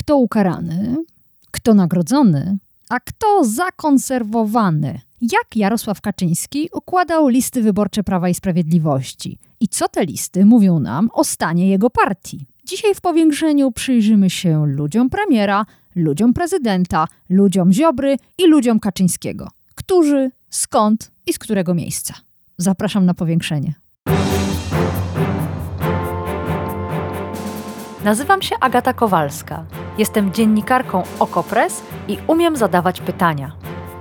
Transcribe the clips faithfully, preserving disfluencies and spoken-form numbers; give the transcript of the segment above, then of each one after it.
Kto ukarany, kto nagrodzony, a kto zakonserwowany? Jak Jarosław Kaczyński układał listy wyborcze Prawa i Sprawiedliwości? I co te listy mówią nam o stanie jego partii? Dzisiaj w Powiększeniu przyjrzymy się ludziom premiera, ludziom prezydenta, ludziom Ziobry i ludziom Kaczyńskiego. Którzy, skąd i z którego miejsca? Zapraszam na Powiększenie. Nazywam się Agata Kowalska. Jestem dziennikarką Okopres i umiem zadawać pytania.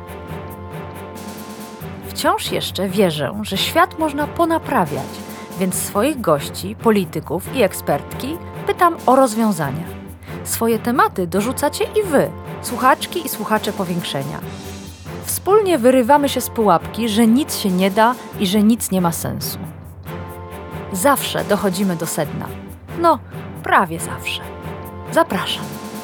Wciąż jeszcze wierzę, że świat można ponaprawiać, więc swoich gości, polityków i ekspertki pytam o rozwiązania. Swoje tematy dorzucacie i wy, słuchaczki i słuchacze Powiększenia. Wspólnie wyrywamy się z pułapki, że nic się nie da i że nic nie ma sensu. Zawsze dochodzimy do sedna. No, prawie zawsze. Zapraszam.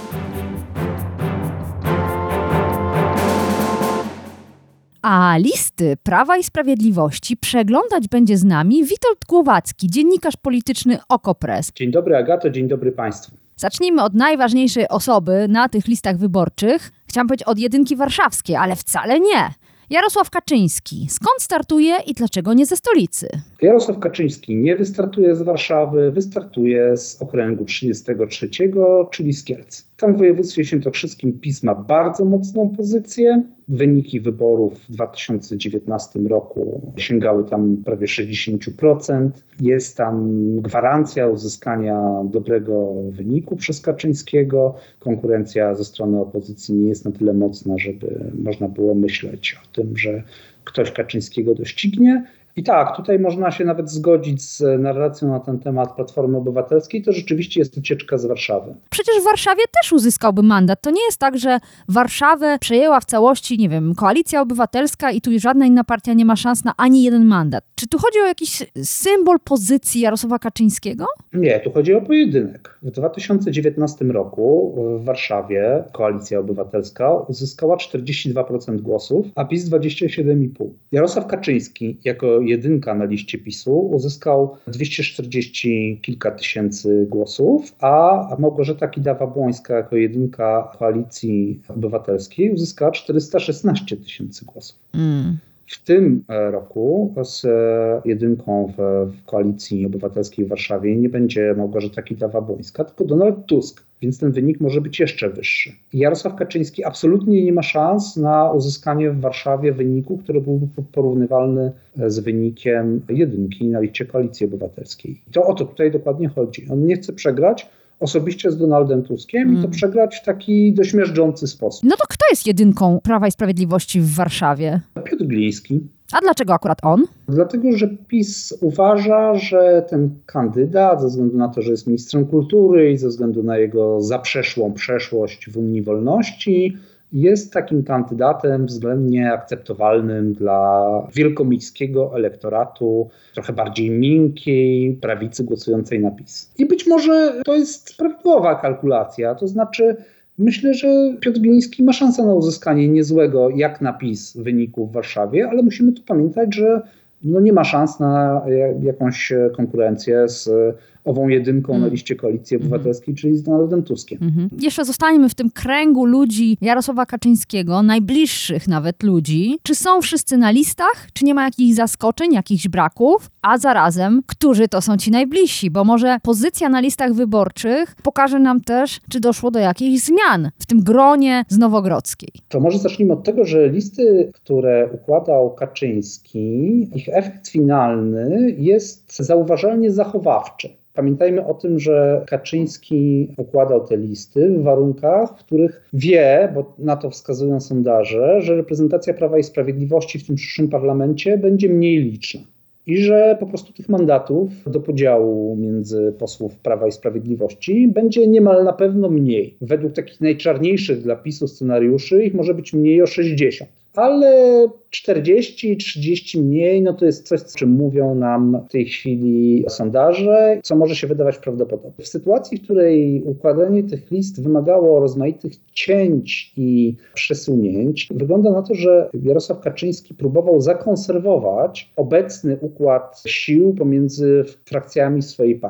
A listy Prawa i Sprawiedliwości przeglądać będzie z nami Witold Głowacki, dziennikarz polityczny Okopres. Dzień dobry Agato, dzień dobry Państwu. Zacznijmy od najważniejszej osoby na tych listach wyborczych. Chciałam powiedzieć od jedynki warszawskiej, ale wcale nie. Jarosław Kaczyński. Skąd startuje i dlaczego nie ze stolicy? Jarosław Kaczyński nie wystartuje z Warszawy, wystartuje z okręgu trzydziestego trzeciego, czyli z Kielc. Tam w województwie świętokrzyskim PiS ma bardzo mocną pozycję. Wyniki wyborów w dwa tysiące dziewiętnastym roku sięgały tam prawie sześćdziesiąt procent. Jest tam gwarancja uzyskania dobrego wyniku przez Kaczyńskiego. Konkurencja ze strony opozycji nie jest na tyle mocna, żeby można było myśleć o tym, że ktoś Kaczyńskiego doścignie. I tak, tutaj można się nawet zgodzić z narracją na ten temat Platformy Obywatelskiej. To rzeczywiście jest ucieczka z Warszawy. Przecież w Warszawie też uzyskałby mandat. To nie jest tak, że Warszawę przejęła w całości, nie wiem, Koalicja Obywatelska i tu żadna inna partia nie ma szans na ani jeden mandat. Czy tu chodzi o jakiś symbol pozycji Jarosława Kaczyńskiego? Nie, tu chodzi o pojedynek. W dwa tysiące dziewiętnastym roku w Warszawie Koalicja Obywatelska uzyskała czterdzieści dwa procent głosów, a PiS dwadzieścia siedem i pół procent. Jarosław Kaczyński jako jedynka na liście PiSu uzyskał dwieście czterdzieści kilka tysięcy głosów, a Małgorzata Kidawa-Błońska jako jedynka Koalicji Obywatelskiej uzyskała czterysta szesnaście tysięcy głosów. Mm. W tym roku z jedynką w, w Koalicji Obywatelskiej w Warszawie nie będzie Małgorzata Kidawa-Błońska, tylko Donald Tusk, więc ten wynik może być jeszcze wyższy. Jarosław Kaczyński absolutnie nie ma szans na uzyskanie w Warszawie wyniku, który byłby porównywalny z wynikiem jedynki na liście Koalicji Obywatelskiej. I to o to tutaj dokładnie chodzi. On nie chce przegrać osobiście z Donaldem Tuskiem mm. i to przegrać w taki dość miażdżący sposób. No to kto jest jedynką Prawa i Sprawiedliwości w Warszawie? Piotr Gliński. A dlaczego akurat on? Dlatego, że PiS uważa, że ten kandydat, ze względu na to, że jest ministrem kultury i ze względu na jego zaprzeszłą przeszłość w Unii Wolności, jest takim kandydatem względnie akceptowalnym dla wielkomiejskiego elektoratu, trochę bardziej miękkiej prawicy głosującej na PiS. I być może to jest prawidłowa kalkulacja, to znaczy myślę, że Piotr Gliński ma szansę na uzyskanie niezłego jak na PiS wyniku w Warszawie, ale musimy tu pamiętać, że no nie ma szans na jakąś konkurencję z ową jedynką mm. na liście Koalicji Obywatelskiej, mm. czyli z Donaldem Tuskiem. Mm-hmm. Jeszcze zostaniemy w tym kręgu ludzi Jarosława Kaczyńskiego, najbliższych nawet ludzi. Czy są wszyscy na listach? Czy nie ma jakichś zaskoczeń, jakichś braków? A zarazem, którzy to są ci najbliżsi? Bo może pozycja na listach wyborczych pokaże nam też, czy doszło do jakichś zmian w tym gronie z Nowogrodzkiej. To może zacznijmy od tego, że listy, które układał Kaczyński, ich efekt finalny jest zauważalnie zachowawczy. Pamiętajmy o tym, że Kaczyński układał te listy w warunkach, w których wie, bo na to wskazują sondaże, że reprezentacja Prawa i Sprawiedliwości w tym przyszłym parlamencie będzie mniej liczna. I że po prostu tych mandatów do podziału między posłów Prawa i Sprawiedliwości będzie niemal na pewno mniej. Według takich najczarniejszych dla PiSu scenariuszy ich może być mniej o sześćdziesiąt. Ale czterdzieści trzydzieści mniej, no to jest coś, o czym mówią nam w tej chwili sondaże, co może się wydawać prawdopodobne. W sytuacji, w której układanie tych list wymagało rozmaitych cięć i przesunięć, wygląda na to, że Jarosław Kaczyński próbował zakonserwować obecny układ sił pomiędzy frakcjami swojej partii.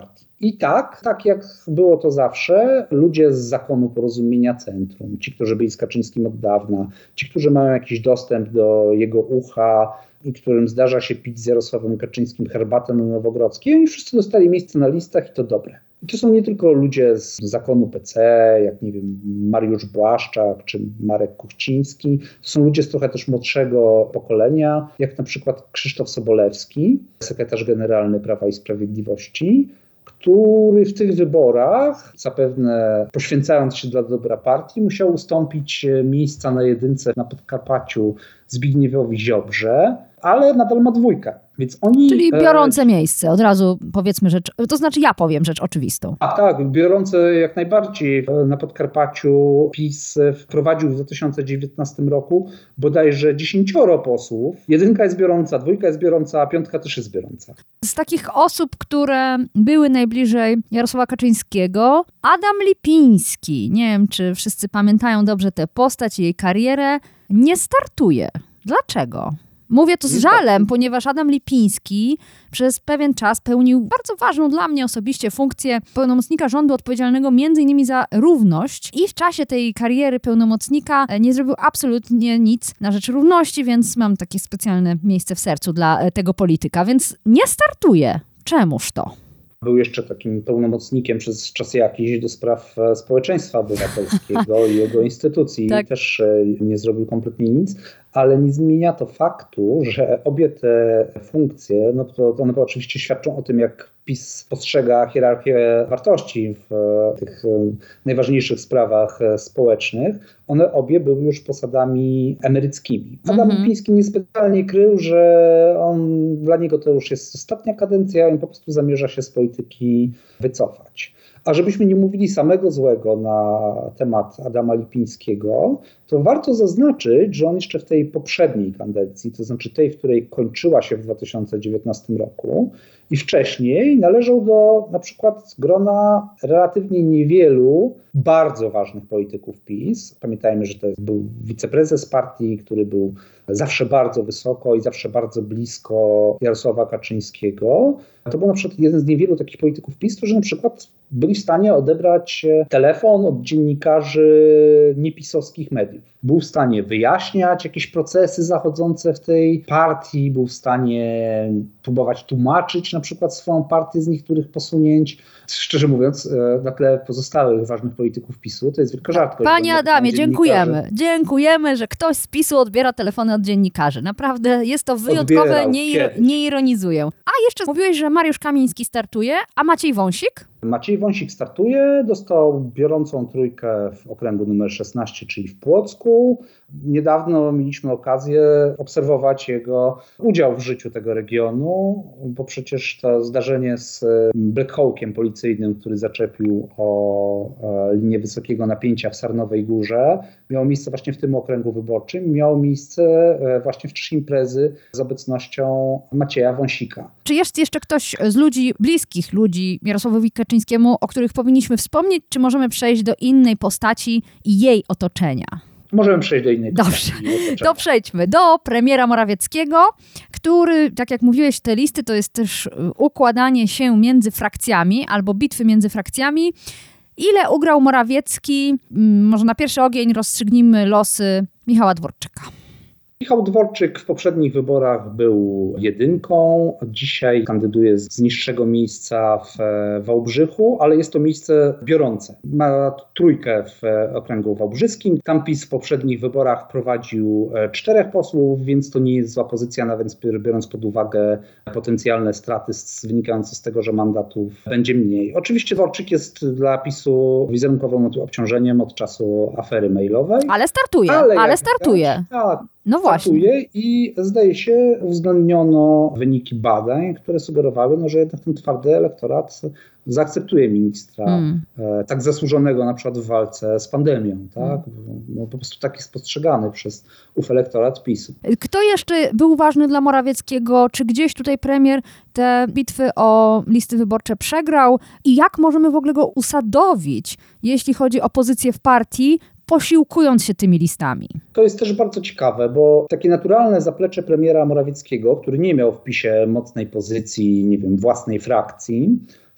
I tak, tak jak było to zawsze, ludzie z zakonu Porozumienia Centrum, ci, którzy byli z Kaczyńskim od dawna, ci, którzy mają jakiś dostęp do jego ucha i którym zdarza się pić z Jarosławem Kaczyńskim herbatę na Nowogrodzkiej, oni wszyscy dostali miejsce na listach i to dobre. I to są nie tylko ludzie z zakonu P C, jak nie wiem, Mariusz Błaszczak czy Marek Kuchciński. To są ludzie z trochę też młodszego pokolenia, jak na przykład Krzysztof Sobolewski, sekretarz generalny Prawa i Sprawiedliwości, który w tych wyborach, zapewne poświęcając się dla dobra partii, musiał ustąpić miejsca na jedynce na Podkarpaciu Zbigniewowi Ziobrze, ale nadal ma dwójkę. Więc oni, Czyli biorące e... miejsce, od razu powiedzmy rzecz, to znaczy ja powiem rzecz oczywistą. A tak, biorące jak najbardziej. Na Podkarpaciu PiS wprowadził w dwa tysiące dziewiętnastym roku bodajże dziesięcioro posłów. Jedynka jest biorąca, dwójka jest biorąca, a piątka też jest biorąca. Z takich osób, które były najbliżej Jarosława Kaczyńskiego, Adam Lipiński, nie wiem czy wszyscy pamiętają dobrze tę postać i jej karierę, nie startuje. Dlaczego? Mówię to z żalem, ponieważ Adam Lipiński przez pewien czas pełnił bardzo ważną dla mnie osobiście funkcję pełnomocnika rządu odpowiedzialnego między innymi za równość i w czasie tej kariery pełnomocnika nie zrobił absolutnie nic na rzecz równości, więc mam takie specjalne miejsce w sercu dla tego polityka, więc nie startuje. Czemuż to? Był jeszcze takim pełnomocnikiem przez czas jakiś do spraw społeczeństwa obywatelskiego i jego instytucji. Tak. Też nie zrobił kompletnie nic, ale nie zmienia to faktu, że obie te funkcje, no to one oczywiście świadczą o tym, jak PiS postrzega hierarchię wartości w tych najważniejszych sprawach społecznych. One obie były już posadami emeryckimi. Adam mm-hmm. Lipiński niespecjalnie krył, że on, dla niego to już jest ostatnia kadencja i on po prostu zamierza się z polityki wycofać. A żebyśmy nie mówili samego złego na temat Adama Lipińskiego, to warto zaznaczyć, że on jeszcze w tej poprzedniej kadencji, to znaczy tej, w której kończyła się w dwa tysiące dziewiętnastym roku i wcześniej należał do na przykład grona relatywnie niewielu bardzo ważnych polityków PiS. Pamiętajmy, że to był wiceprezes partii, który był zawsze bardzo wysoko i zawsze bardzo blisko Jarosława Kaczyńskiego. To był na przykład jeden z niewielu takich polityków PiS, którzy na przykład byli w stanie odebrać telefon od dziennikarzy niepisowskich mediów. Był w stanie wyjaśniać jakieś procesy zachodzące w tej partii, był w stanie próbować tłumaczyć na przykład swoją partię z niektórych posunięć. Szczerze mówiąc, na tle pozostałych ważnych polityków PiSu to jest wielka rzadkość. Panie Adamie, dziękujemy. Dziękujemy, że ktoś z PiSu odbiera telefony od dziennikarzy. Naprawdę jest to wyjątkowe, nie, ir- nie ironizuję. A jeszcze mówiłeś, że Mariusz Kamiński startuje, a Maciej Wąsik? Maciej Wąsik startuje, dostał biorącą trójkę w okręgu numer szesnaście, czyli w Płocku. Niedawno mieliśmy okazję obserwować jego udział w życiu tego regionu, bo przecież to zdarzenie z Black Hawkiem policyjnym, który zaczepił o linię wysokiego napięcia w Sarnowej Górze, miało miejsce właśnie w tym okręgu wyborczym. Miało miejsce właśnie w czasie imprezy z obecnością Macieja Wąsika. Czy jest jeszcze ktoś z ludzi, bliskich ludzi Jarosławowi Kaczyńskiemu, o których powinniśmy wspomnieć, czy możemy przejść do innej postaci i jej otoczenia? Możemy przejść do innej Dobrze, to przejdźmy do premiera Morawieckiego, który, tak jak mówiłeś, te listy to jest też układanie się między frakcjami albo bitwy między frakcjami. Ile ugrał Morawiecki? Może na pierwszy ogień rozstrzygnijmy losy Michała Dworczyka. Michał Dworczyk w poprzednich wyborach był jedynką, dzisiaj kandyduje z niższego miejsca w Wałbrzychu, ale jest to miejsce biorące. Ma trójkę w okręgu wałbrzyskim. Tam PiS w poprzednich wyborach prowadził czterech posłów, więc to nie jest zła pozycja, nawet biorąc pod uwagę potencjalne straty wynikające z tego, że mandatów będzie mniej. Oczywiście Dworczyk jest dla PiSu wizerunkowym obciążeniem od czasu afery mailowej. Ale startuje, ale, ale startuje. Tak, No właśnie. I zdaje się uwzględniono wyniki badań, które sugerowały, no, że jednak ten twardy elektorat zaakceptuje ministra hmm. e, tak zasłużonego na przykład w walce z pandemią. Tak? Hmm. No, po prostu tak jest postrzegany przez ów elektorat PiSu. Kto jeszcze był ważny dla Morawieckiego? Czy gdzieś tutaj premier te bitwy o listy wyborcze przegrał? I jak możemy w ogóle go usadowić, jeśli chodzi o pozycję w partii, posiłkując się tymi listami? To jest też bardzo ciekawe, bo takie naturalne zaplecze premiera Morawieckiego, który nie miał w PiSie mocnej pozycji, nie wiem, własnej frakcji,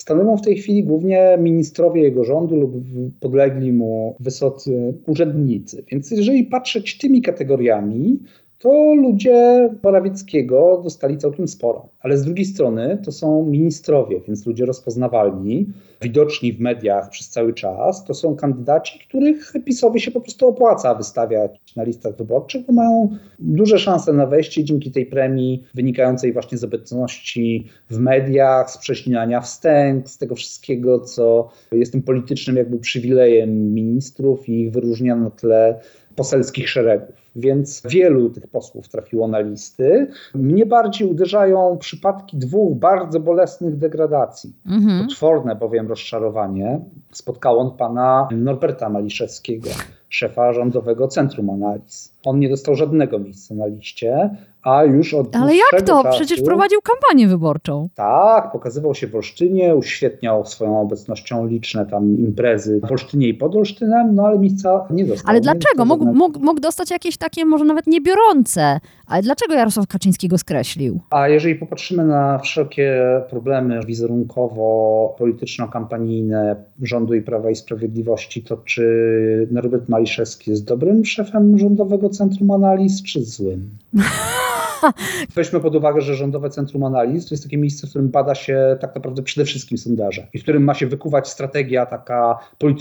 stanowią w tej chwili głównie ministrowie jego rządu lub podlegli mu wysocy urzędnicy. Więc jeżeli patrzeć tymi kategoriami, to ludzie Morawieckiego dostali całkiem sporo. Ale z drugiej strony to są ministrowie, więc ludzie rozpoznawalni, widoczni w mediach przez cały czas. To są kandydaci, których PiS-owi się po prostu opłaca wystawiać na listach wyborczych, bo mają duże szanse na wejście dzięki tej premii wynikającej właśnie z obecności w mediach, z prześlinania wstęg, z tego wszystkiego, co jest tym politycznym jakby przywilejem ministrów i ich wyróżnia na tle poselskich szeregów. Więc wielu tych posłów trafiło na listy. Mnie bardziej uderzają przypadki dwóch bardzo bolesnych degradacji. Mhm. Potworne bowiem rozczarowanie spotkało on pana Norberta Maliszewskiego, szefa Rządowego Centrum Analiz. On nie dostał żadnego miejsca na liście, a już od Ale jak to? czasu, Przecież prowadził kampanię wyborczą. Tak, pokazywał się w Olsztynie, uświetniał swoją obecnością liczne tam imprezy w Olsztynie i pod Olsztynem, no ale miejsca nie dostał. Ale dlaczego? Mógł, mógł, mógł dostać jakieś takie może nawet niebiorące. Ale dlaczego Jarosław Kaczyński go skreślił? A jeżeli popatrzymy na wszelkie problemy wizerunkowo-polityczno-kampanijne rządu i Prawa i Sprawiedliwości, to czy Norbert Maliszewski jest dobrym szefem Rządowego Centrum Analiz, czy złym? Weźmy pod uwagę, że Rządowe Centrum Analiz to jest takie miejsce, w którym bada się tak naprawdę przede wszystkim sondaże i w którym ma się wykuwać strategia taka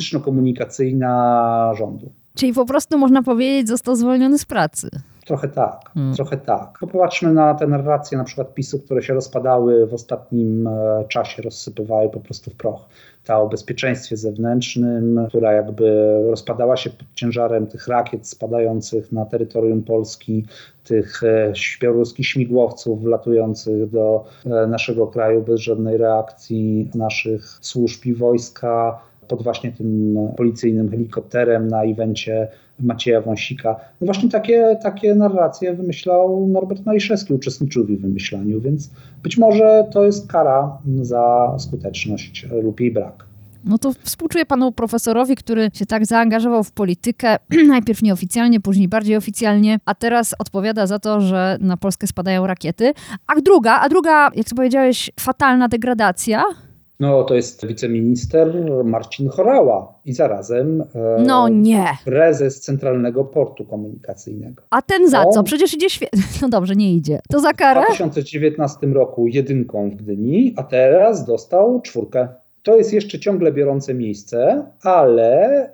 polityczno-komunikacyjna rządu. Czyli po prostu można powiedzieć, został zwolniony z pracy. Trochę tak, hmm. trochę tak. Popatrzmy na te narracje na przykład PiS-u, które się rozpadały w ostatnim czasie, rozsypywały po prostu w proch. Ta o bezpieczeństwie zewnętrznym, która jakby rozpadała się pod ciężarem tych rakiet spadających na terytorium Polski, tych białoruskich śmigłowców wlatujących do naszego kraju bez żadnej reakcji naszych służb i wojska, pod właśnie tym policyjnym helikopterem na evencie Macieja Wąsika. No właśnie takie, takie narracje wymyślał Norbert Maliszewski, uczestniczył w ich wymyślaniu, więc być może to jest kara za skuteczność lub jej brak. No to współczuję panu profesorowi, który się tak zaangażował w politykę, najpierw nieoficjalnie, później bardziej oficjalnie, a teraz odpowiada za to, że na Polskę spadają rakiety. A druga, a druga, jak to powiedziałeś, fatalna degradacja? No to jest wiceminister Marcin Horała i zarazem e, no nie. prezes Centralnego Portu Komunikacyjnego. A ten za On co? Przecież idzie świetnie. No dobrze, nie idzie. To za karę? W dwa tysiące dziewiętnastym roku jedynką w Gdyni, a teraz dostał czwórkę. To jest jeszcze ciągle biorące miejsce, ale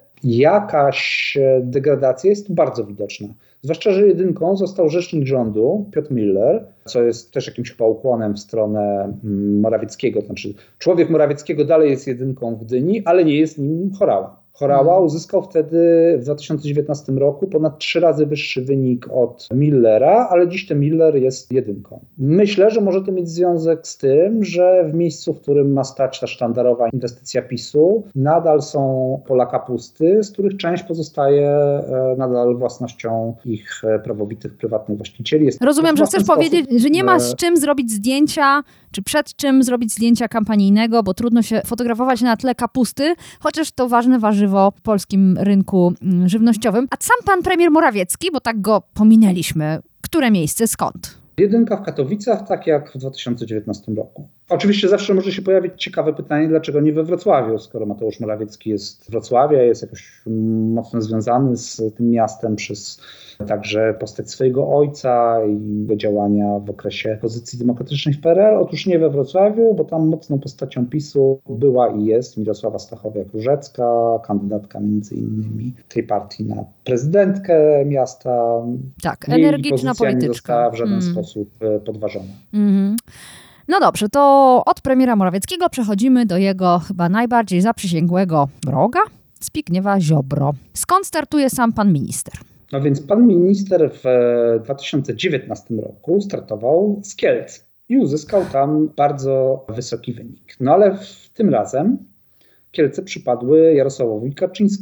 jakaś degradacja jest tu bardzo widoczna. Zwłaszcza, że jedynką został rzecznik rządu Piotr Müller, co jest też jakimś chyba ukłonem w stronę Morawieckiego. Znaczy, człowiek Morawieckiego dalej jest jedynką w Gdyni, ale nie jest nim Horała. Horała uzyskał wtedy w dwa tysiące dziewiętnastym roku ponad trzy razy wyższy wynik od Müllera, ale dziś ten Müller jest jedynką. Myślę, że może to mieć związek z tym, że w miejscu, w którym ma stać ta sztandarowa inwestycja PiS-u, nadal są pola kapusty, z których część pozostaje nadal własnością ich prawowitych, prywatnych właścicieli. Jest Rozumiem, że chcesz sposób, powiedzieć, że nie ma z czym zrobić zdjęcia, czy przed czym zrobić zdjęcia kampanijnego, bo trudno się fotografować na tle kapusty, chociaż to ważne warzywo w polskim rynku żywnościowym. A sam pan premier Morawiecki, bo tak go pominęliśmy, które miejsce, skąd? Jedynka w Katowicach, tak jak w dwa tysiące dziewiętnastym roku. Oczywiście zawsze może się pojawić ciekawe pytanie, dlaczego nie we Wrocławiu, skoro Mateusz Morawiecki jest z Wrocławia, jest jakoś mocno związany z tym miastem przez także postać swojego ojca i jego działania w okresie opozycji demokratycznej w P R L. Otóż nie we Wrocławiu, bo tam mocną postacią PiS-u była i jest Mirosława Stachowiak-Różecka, kandydatka między innymi tej partii na prezydentkę miasta. Tak, energiczna polityczka. Nie została w żaden mm. sposób podważona. Mm-hmm. No dobrze, to od premiera Morawieckiego przechodzimy do jego chyba najbardziej zaprzysięgłego wroga, Zbigniewa Ziobro. Skąd startuje sam pan minister? No więc pan minister w dwa tysiące dziewiętnastym roku startował z Kielc i uzyskał tam bardzo wysoki wynik. No ale w tym razem Kielce przypadły Jarosławowi Kaczyńskiemu.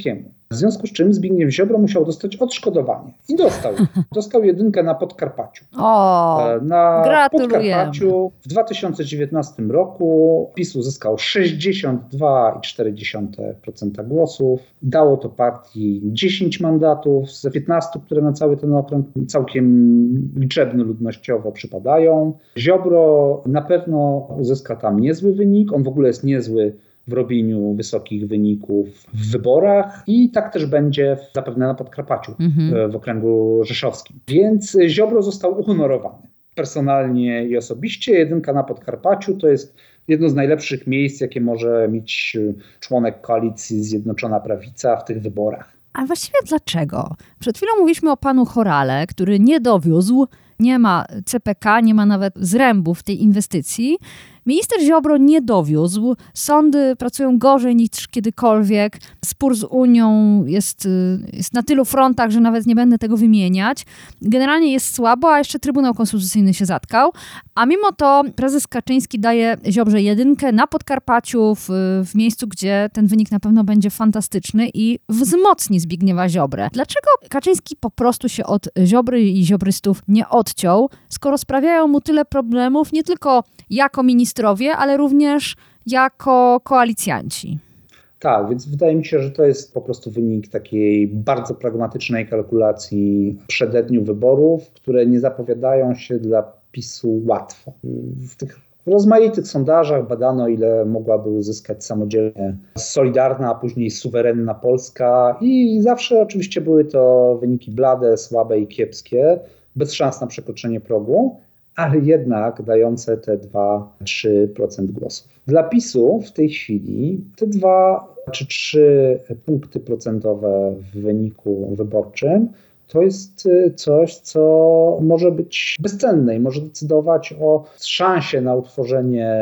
W związku z czym Zbigniew Ziobro musiał dostać odszkodowanie. I dostał. Dostał jedynkę na Podkarpaciu. O, na gratulujemy. Podkarpaciu w dwa tysiące dziewiętnastym roku PiS uzyskał sześćdziesiąt dwa przecinek cztery procent głosów. Dało to partii dziesięć mandatów z piętnastu, które na cały ten okręg całkiem liczebny ludnościowo przypadają. Ziobro na pewno uzyska tam niezły wynik. On w ogóle jest niezły w robieniu wysokich wyników w wyborach i tak też będzie zapewne na Podkarpaciu, mhm. w okręgu rzeszowskim. Więc Ziobro został uhonorowany personalnie i osobiście. Jedynka na Podkarpaciu to jest jedno z najlepszych miejsc, jakie może mieć członek koalicji Zjednoczona Prawica w tych wyborach. A właściwie dlaczego? Przed chwilą mówiliśmy o panu Horale, który nie dowiózł, nie ma C P K, nie ma nawet zrębów tej inwestycji. Minister Ziobro nie dowiózł, sądy pracują gorzej niż kiedykolwiek, spór z Unią jest, jest na tylu frontach, że nawet nie będę tego wymieniać. Generalnie jest słabo, a jeszcze Trybunał Konstytucyjny się zatkał, a mimo to prezes Kaczyński daje Ziobrze jedynkę na Podkarpaciu, w, w miejscu, gdzie ten wynik na pewno będzie fantastyczny i wzmocni Zbigniewa Ziobrę. Dlaczego Kaczyński po prostu się od Ziobry i ziobrystów nie odciął, skoro sprawiają mu tyle problemów, nie tylko jako ministrowie, ale również jako koalicjanci? Tak, więc wydaje mi się, że to jest po prostu wynik takiej bardzo pragmatycznej kalkulacji w przededniu wyborów, które nie zapowiadają się dla PiSu łatwo. W tych rozmaitych sondażach badano, ile mogłaby uzyskać samodzielnie Solidarna, a później suwerenna Polska i zawsze oczywiście były to wyniki blade, słabe i kiepskie, bez szans na przekroczenie progu, ale jednak dające te dwa do trzech procent głosów. Dla PiSu w tej chwili te dwa czy trzy punkty procentowe w wyniku wyborczym to jest coś, co może być bezcenne i może decydować o szansie na utworzenie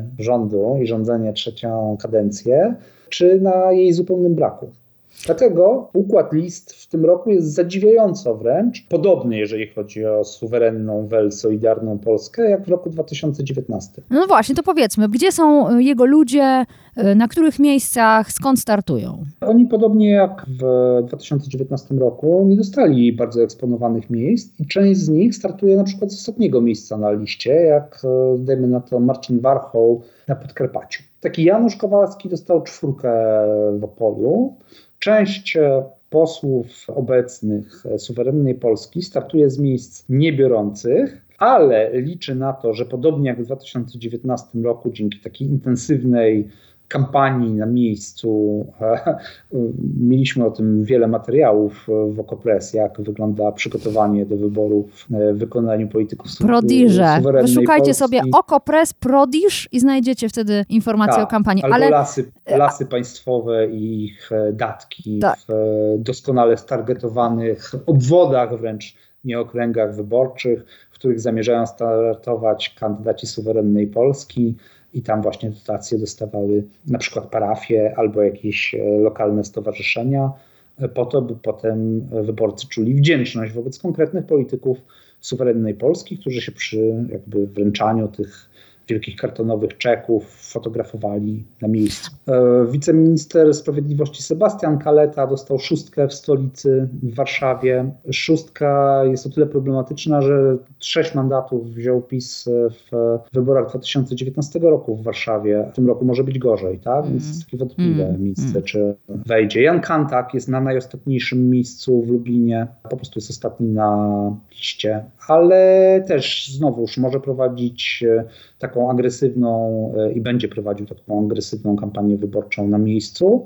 rządu i rządzenie trzecią kadencję, czy na jej zupełnym braku. Dlatego układ list w tym roku jest zadziwiająco wręcz podobny, jeżeli chodzi o suwerenną, wel, solidarną Polskę, jak w roku dwa tysiące dziewiętnastym. No właśnie, to powiedzmy, gdzie są jego ludzie, na których miejscach, skąd startują? Oni podobnie jak w dwa tysiące dziewiętnastym roku nie dostali bardzo eksponowanych miejsc i część z nich startuje na przykład z ostatniego miejsca na liście, jak dajmy na to Marcin Warchoł na Podkarpaciu. Taki Janusz Kowalski dostał czwórkę w Opolu. Część posłów obecnych suwerennej Polski startuje z miejsc niebiorących, ale liczy na to, że podobnie jak w dwa tysiące dziewiętnastym roku, dzięki takiej intensywnej kampanii na miejscu, mieliśmy o tym wiele materiałów w Okopres, jak wygląda przygotowanie do wyborów w wykonaniu polityków Prodiże. suwerennej Wyszukajcie Polski. sobie Okopres, Prodiż i znajdziecie wtedy informacje tak, o kampanii. Albo ale lasy, lasy państwowe i ich datki tak. w doskonale stargetowanych obwodach wręcz, nie okręgach wyborczych, w których zamierzają startować kandydaci suwerennej Polski. I tam właśnie dotacje dostawały na przykład parafie albo jakieś lokalne stowarzyszenia po to, by potem wyborcy czuli wdzięczność wobec konkretnych polityków suwerennej Polski, którzy się przy jakby wręczaniu tych wielkich kartonowych czeków fotografowali na miejscu. Wiceminister Sprawiedliwości Sebastian Kaleta dostał szóstkę w stolicy, w Warszawie. Szóstka jest o tyle problematyczna, że sześć mandatów wziął PiS w wyborach dwa tysiące dziewiętnastego roku w Warszawie. W tym roku może być gorzej, tak? Więc jest takie wątpliwe mm. miejsce, mm. czy wejdzie. Jan Kantak jest na najostatniejszym miejscu w Lublinie. Po prostu jest ostatni na liście, ale też znowuż może prowadzić taką agresywną i będzie prowadził taką agresywną kampanię wyborczą na miejscu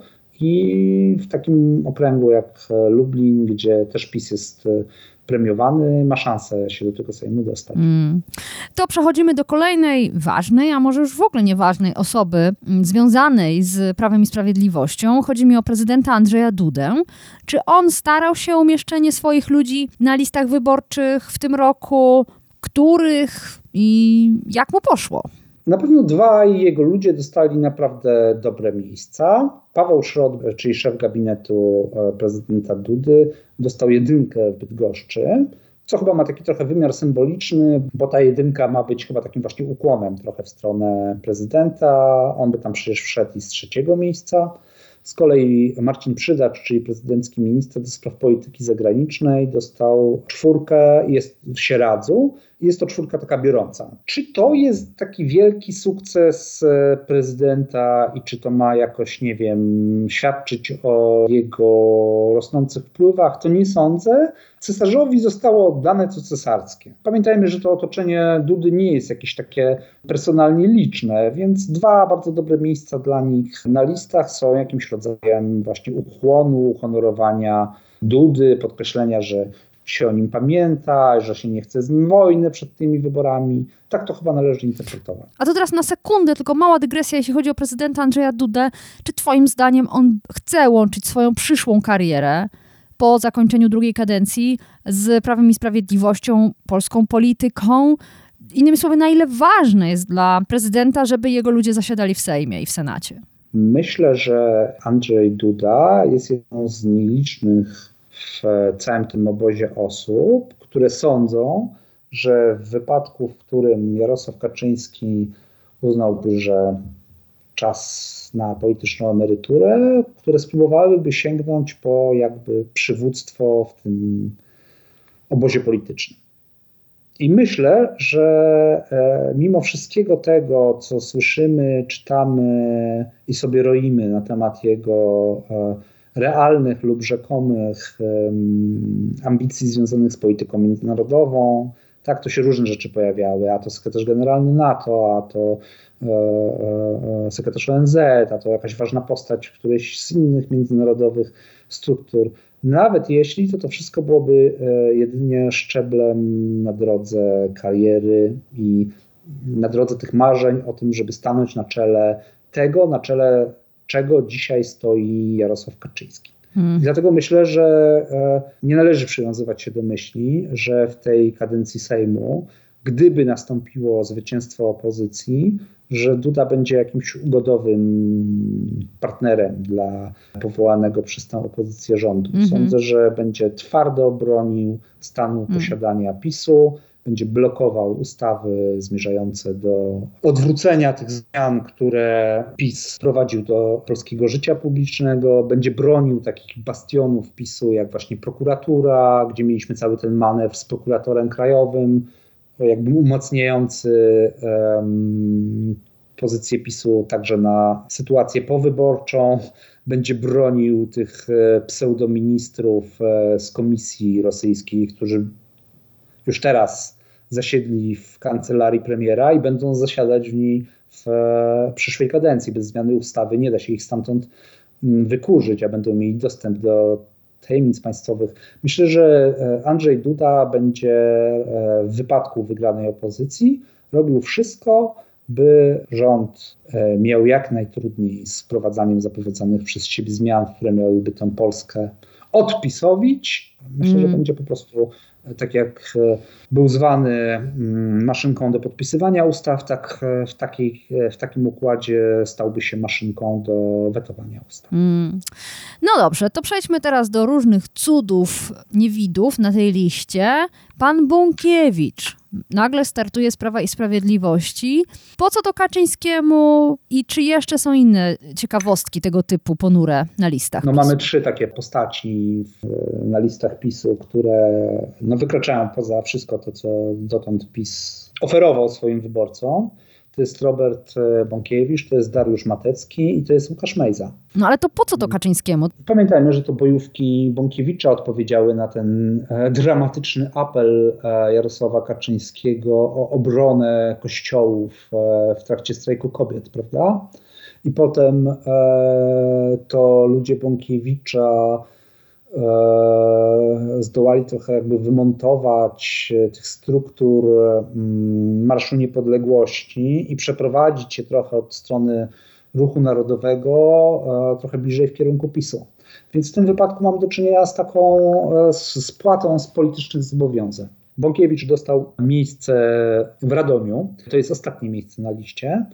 i w takim okręgu jak Lublin, gdzie też PiS jest premiowany, ma szansę się do tego Sejmu dostać. Mm. To przechodzimy do kolejnej ważnej, a może już w ogóle nieważnej osoby związanej z Prawem i Sprawiedliwością. Chodzi mi o prezydenta Andrzeja Dudę. Czy on starał się o umieszczenie swoich ludzi na listach wyborczych w tym roku? Których i jak mu poszło? Na pewno dwaj jego ludzie dostali naprawdę dobre miejsca. Paweł Szrot, czyli szef gabinetu prezydenta Dudy, dostał jedynkę w Bydgoszczy, co chyba ma taki trochę wymiar symboliczny, bo ta jedynka ma być chyba takim właśnie ukłonem trochę w stronę prezydenta. On by tam przecież wszedł i z trzeciego miejsca. Z kolei Marcin Przydacz, czyli prezydencki minister do spraw polityki zagranicznej, dostał czwórkę, jest w Sieradzu i jest to czwórka taka biorąca. Czy to jest taki wielki sukces prezydenta i czy to ma jakoś, nie wiem, świadczyć o jego rosnących wpływach? To nie sądzę. Cesarzowi zostało oddane co cesarskie. Pamiętajmy, że to otoczenie Dudy nie jest jakieś takie personalnie liczne, więc dwa bardzo dobre miejsca dla nich na listach są jakimś rodzajem właśnie ukłonu, uhonorowania Dudy, podkreślenia, że się o nim pamięta, że się nie chce z nim wojny przed tymi wyborami. Tak to chyba należy interpretować. A to teraz na sekundę, tylko mała dygresja, jeśli chodzi o prezydenta Andrzeja Dudę. Czy twoim zdaniem on chce łączyć swoją przyszłą karierę po zakończeniu drugiej kadencji z Prawem i Sprawiedliwością, polską polityką? Innymi słowy, na ile ważne jest dla prezydenta, żeby jego ludzie zasiadali w Sejmie i w Senacie? Myślę, że Andrzej Duda jest jedną z nielicznych w całym tym obozie osób, które sądzą, że w wypadku, w którym Jarosław Kaczyński uznałby, że czas na polityczną emeryturę, które spróbowałyby sięgnąć po jakby przywództwo w tym obozie politycznym. I myślę, że e, mimo wszystkiego tego, co słyszymy, czytamy i sobie roimy na temat jego e, realnych lub rzekomych e, ambicji związanych z polityką międzynarodową, tak, to się różne rzeczy pojawiały, a to sekretarz generalny NATO, a to e, e, sekretarz O N Z, a to jakaś ważna postać w którejś z innych międzynarodowych struktur. Nawet jeśli to to wszystko byłoby e, jedynie szczeblem na drodze kariery i na drodze tych marzeń o tym, żeby stanąć na czele tego, na czele czego dzisiaj stoi Jarosław Kaczyński. Hmm. I dlatego myślę, że e, nie należy przywiązywać się do myśli, że w tej kadencji Sejmu, gdyby nastąpiło zwycięstwo opozycji, że Duda będzie jakimś ugodowym partnerem dla powołanego przez tę opozycję rządu. Mm-hmm. Sądzę, że będzie twardo bronił stanu mm. posiadania PiSu, będzie blokował ustawy zmierzające do odwrócenia tych zmian, które PiS prowadził do polskiego życia publicznego, będzie bronił takich bastionów PiSu, jak właśnie prokuratura, gdzie mieliśmy cały ten manewr z prokuratorem krajowym, jakby umacniający um, pozycję PiSu także na sytuację powyborczą. Będzie bronił tych pseudoministrów z komisji rosyjskiej, którzy już teraz zasiedli w kancelarii premiera i będą zasiadać w niej w przyszłej kadencji. Bez zmiany ustawy nie da się ich stamtąd wykurzyć, a będą mieli dostęp do tajemnic państwowych. Myślę, że Andrzej Duda będzie w wypadku wygranej opozycji robił wszystko, by rząd miał jak najtrudniej z wprowadzaniem zapowiedzianych przez siebie zmian, które miałyby tę Polskę odpisowić. Myślę, mm. że będzie po prostu, tak jak był zwany maszynką do podpisywania ustaw, tak w, takiej, w takim układzie stałby się maszynką do wetowania ustaw. Mm. No dobrze, to przejdźmy teraz do różnych cudów, niewidów na tej liście. Pan Bąkiewicz nagle startuje z Prawa i Sprawiedliwości. Po co to Kaczyńskiemu i czy jeszcze są inne ciekawostki tego typu ponure na listach No PiSu? Mamy trzy takie postaci w, na listach PiSu, które no, wykraczają poza wszystko to, co dotąd PiS oferował swoim wyborcom. To jest Robert Bąkiewicz, to jest Dariusz Matecki i to jest Łukasz Mejza. No ale to po co to Kaczyńskiemu? Pamiętajmy, że to bojówki Bąkiewicza odpowiedziały na ten dramatyczny apel Jarosława Kaczyńskiego o obronę kościołów w trakcie strajku kobiet, prawda? I potem to ludzie Bąkiewicza zdołali trochę jakby wymontować tych struktur Marszu Niepodległości i przeprowadzić je trochę od strony Ruchu Narodowego trochę bliżej w kierunku PiSu. Więc w tym wypadku mam do czynienia z taką spłatą z politycznych zobowiązań. Bąkiewicz dostał miejsce w Radomiu, to jest ostatnie miejsce na liście.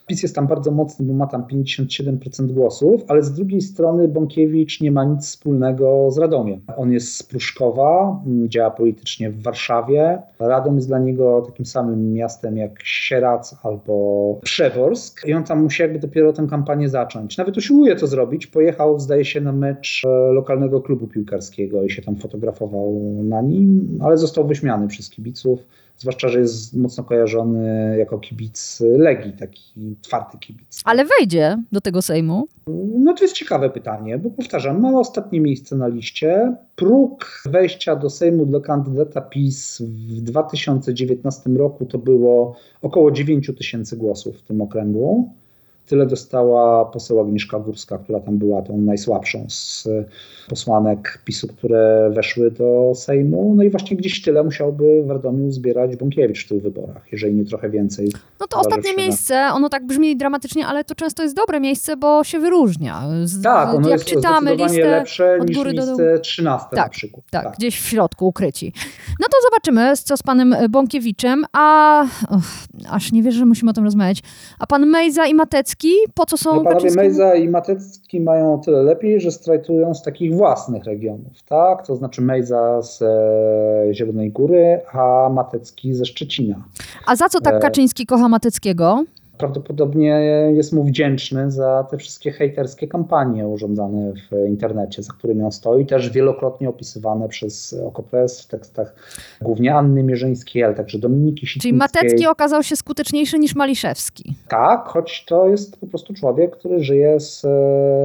PiS jest tam bardzo mocny, bo ma tam pięćdziesiąt siedem procent głosów, ale z drugiej strony Bąkiewicz nie ma nic wspólnego z Radomiem. On jest z Pruszkowa, działa politycznie w Warszawie. Radom jest dla niego takim samym miastem jak Sieradz albo Przeworsk i on tam musi jakby dopiero tę kampanię zacząć. Nawet usiłuje to zrobić. Pojechał, zdaje się, na mecz lokalnego klubu piłkarskiego i się tam fotografował na nim, ale został wyśmiany przez kibiców. Zwłaszcza, że jest mocno kojarzony jako kibic Legii, taki twardy kibic. Ale wejdzie do tego Sejmu? No to jest ciekawe pytanie, bo powtarzam, ma ostatnie miejsce na liście. Próg wejścia do Sejmu dla kandydata PiS w dwa tysiące dziewiętnastym roku to było około dziewięć tysięcy głosów w tym okręgu. Tyle dostała poseł Agnieszka Górska, która tam była tą najsłabszą z posłanek PiSu, które weszły do Sejmu. No i właśnie gdzieś tyle musiałby w Radomiu zbierać Bąkiewicz w tych wyborach, jeżeli nie trochę więcej. No to ostatnie miejsce, ono tak brzmi dramatycznie, ale to często jest dobre miejsce, bo się wyróżnia. Z, tak, ono jak jest czytamy listę lepsze od niż góry do miejsce trzynaste tak, na przykład. Tak, tak, gdzieś w środku ukryci. No to zobaczymy, co z panem Bąkiewiczem, a och, aż nie wierzę, że musimy o tym rozmawiać. A pan Mejza i Matecki, po co są no, panowie Kaczyńskiemu? Mejza i Matecki mają o tyle lepiej, że strajtują z takich własnych regionów, tak? To znaczy Mejza z e, Zielonej Góry, a Matecki ze Szczecina. A za co tak Kaczyński kocha Mateckiego? Prawdopodobnie jest mu wdzięczny za te wszystkie hejterskie kampanie urządzane w internecie, za którymi on stoi, też wielokrotnie opisywane przez Okopres w tekstach głównie Anny Mierzyńskiej, ale także Dominiki Sitnickiej. Czyli Matecki okazał się skuteczniejszy niż Maliszewski. Tak, choć to jest po prostu człowiek, który żyje z e,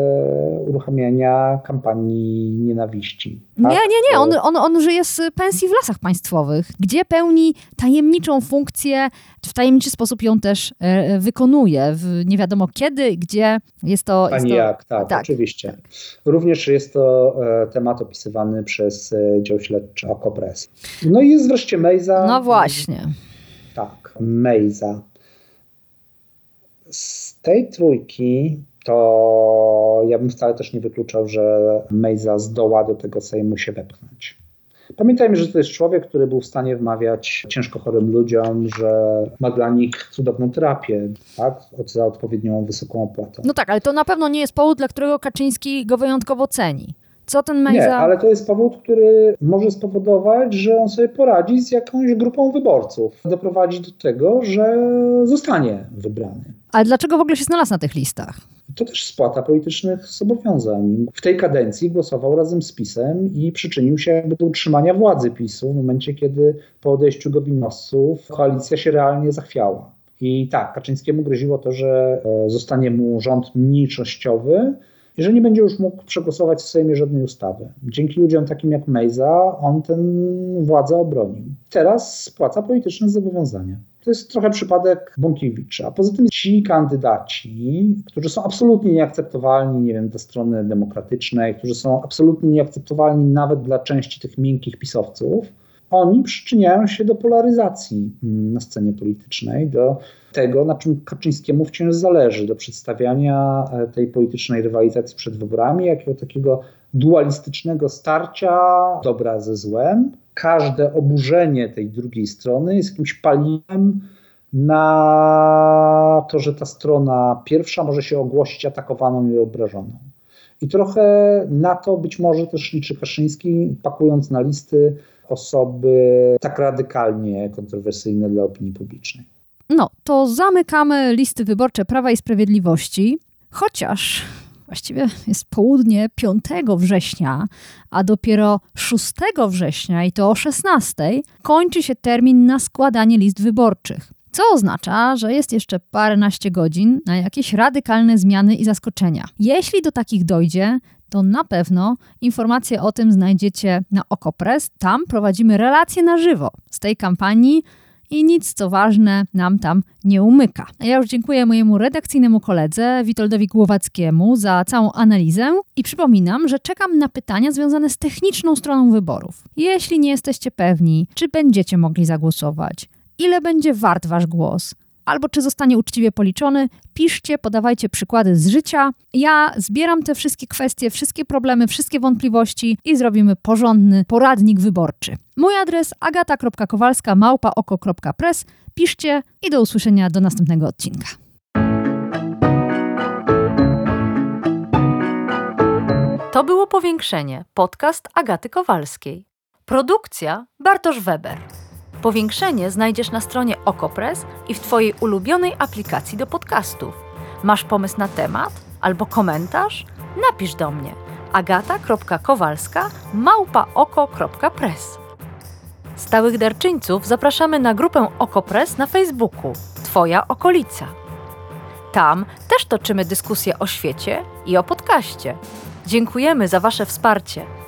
uruchamiania kampanii nienawiści. Tak? Nie, nie, nie. On, on, on żyje z pensji w Lasach Państwowych, gdzie pełni tajemniczą funkcję, w tajemniczy sposób ją też e, wykonuje. W nie wiadomo kiedy, gdzie jest to... Pani jest to, jak, tak, tak, oczywiście. Również jest to e, temat opisywany przez e, dział śledczy Okopres. No i jest wreszcie Mejza. No właśnie. Tak, Mejza. Z tej trójki to ja bym wcale też nie wykluczał, że Mejza zdoła do tego Sejmu się wepchnąć. Pamiętajmy, że to jest człowiek, który był w stanie wmawiać ciężko chorym ludziom, że ma dla nich cudowną terapię, tak? Za odpowiednią wysoką opłatę. No tak, ale to na pewno nie jest powód, dla którego Kaczyński go wyjątkowo ceni. Co ten Mejza... Nie, ale to jest powód, który może spowodować, że on sobie poradzi z jakąś grupą wyborców. Doprowadzi do tego, że zostanie wybrany. Ale dlaczego w ogóle się znalazł na tych listach? To też spłata politycznych zobowiązań. W tej kadencji głosował razem z PiS-em i przyczynił się jakby do utrzymania władzy PiS-u w momencie, kiedy po odejściu Gowinowców koalicja się realnie zachwiała. I tak, Kaczyńskiemu groziło to, że zostanie mu rząd mniejszościowy i że nie będzie już mógł przegłosować w Sejmie żadnej ustawy. Dzięki ludziom takim jak Mejza on tę władzę obronił. Teraz spłaca polityczne zobowiązania. To jest trochę przypadek Bąkiewicza. A poza tym ci kandydaci, którzy są absolutnie nieakceptowalni, nie wiem, dla strony demokratycznej, którzy są absolutnie nieakceptowalni nawet dla części tych miękkich pisowców, oni przyczyniają się do polaryzacji na scenie politycznej, do tego, na czym Kaczyńskiemu wciąż zależy, do przedstawiania tej politycznej rywalizacji przed wyborami, jakiego takiego dualistycznego starcia dobra ze złem. Każde oburzenie tej drugiej strony jest jakimś paliwem na to, że ta strona pierwsza może się ogłosić atakowaną i obrażoną. I trochę na to być może też liczy Kaczyński, pakując na listy osoby tak radykalnie kontrowersyjne dla opinii publicznej. No, to zamykamy listy wyborcze Prawa i Sprawiedliwości, chociaż właściwie jest południe piątego września, a dopiero szóstego września, i to o szesnastej, kończy się termin na składanie list wyborczych. Co oznacza, że jest jeszcze paręnaście godzin na jakieś radykalne zmiany i zaskoczenia. Jeśli do takich dojdzie, to na pewno informacje o tym znajdziecie na Okopres. Tam prowadzimy relacje na żywo z tej kampanii i nic, co ważne, nam tam nie umyka. A ja już dziękuję mojemu redakcyjnemu koledze Witoldowi Głowackiemu za całą analizę i przypominam, że czekam na pytania związane z techniczną stroną wyborów. Jeśli nie jesteście pewni, czy będziecie mogli zagłosować, ile będzie wart wasz głos, albo czy zostanie uczciwie policzony, piszcie, podawajcie przykłady z życia. Ja zbieram te wszystkie kwestie, wszystkie problemy, wszystkie wątpliwości i zrobimy porządny poradnik wyborczy. Mój adres agata kropka kowalska małpa oko kropka press. Piszcie i do usłyszenia do następnego odcinka. To było Powiększenie, podcast Agaty Kowalskiej. Produkcja Bartosz Weber. Powiększenie znajdziesz na stronie Okopress i w Twojej ulubionej aplikacji do podcastów. Masz pomysł na temat albo komentarz? Napisz do mnie agata kropka kowalska małpa oko kropka press. Stałych darczyńców zapraszamy na grupę Okopress na Facebooku Twoja okolica. Tam też toczymy dyskusje o świecie i o podcaście. Dziękujemy za Wasze wsparcie.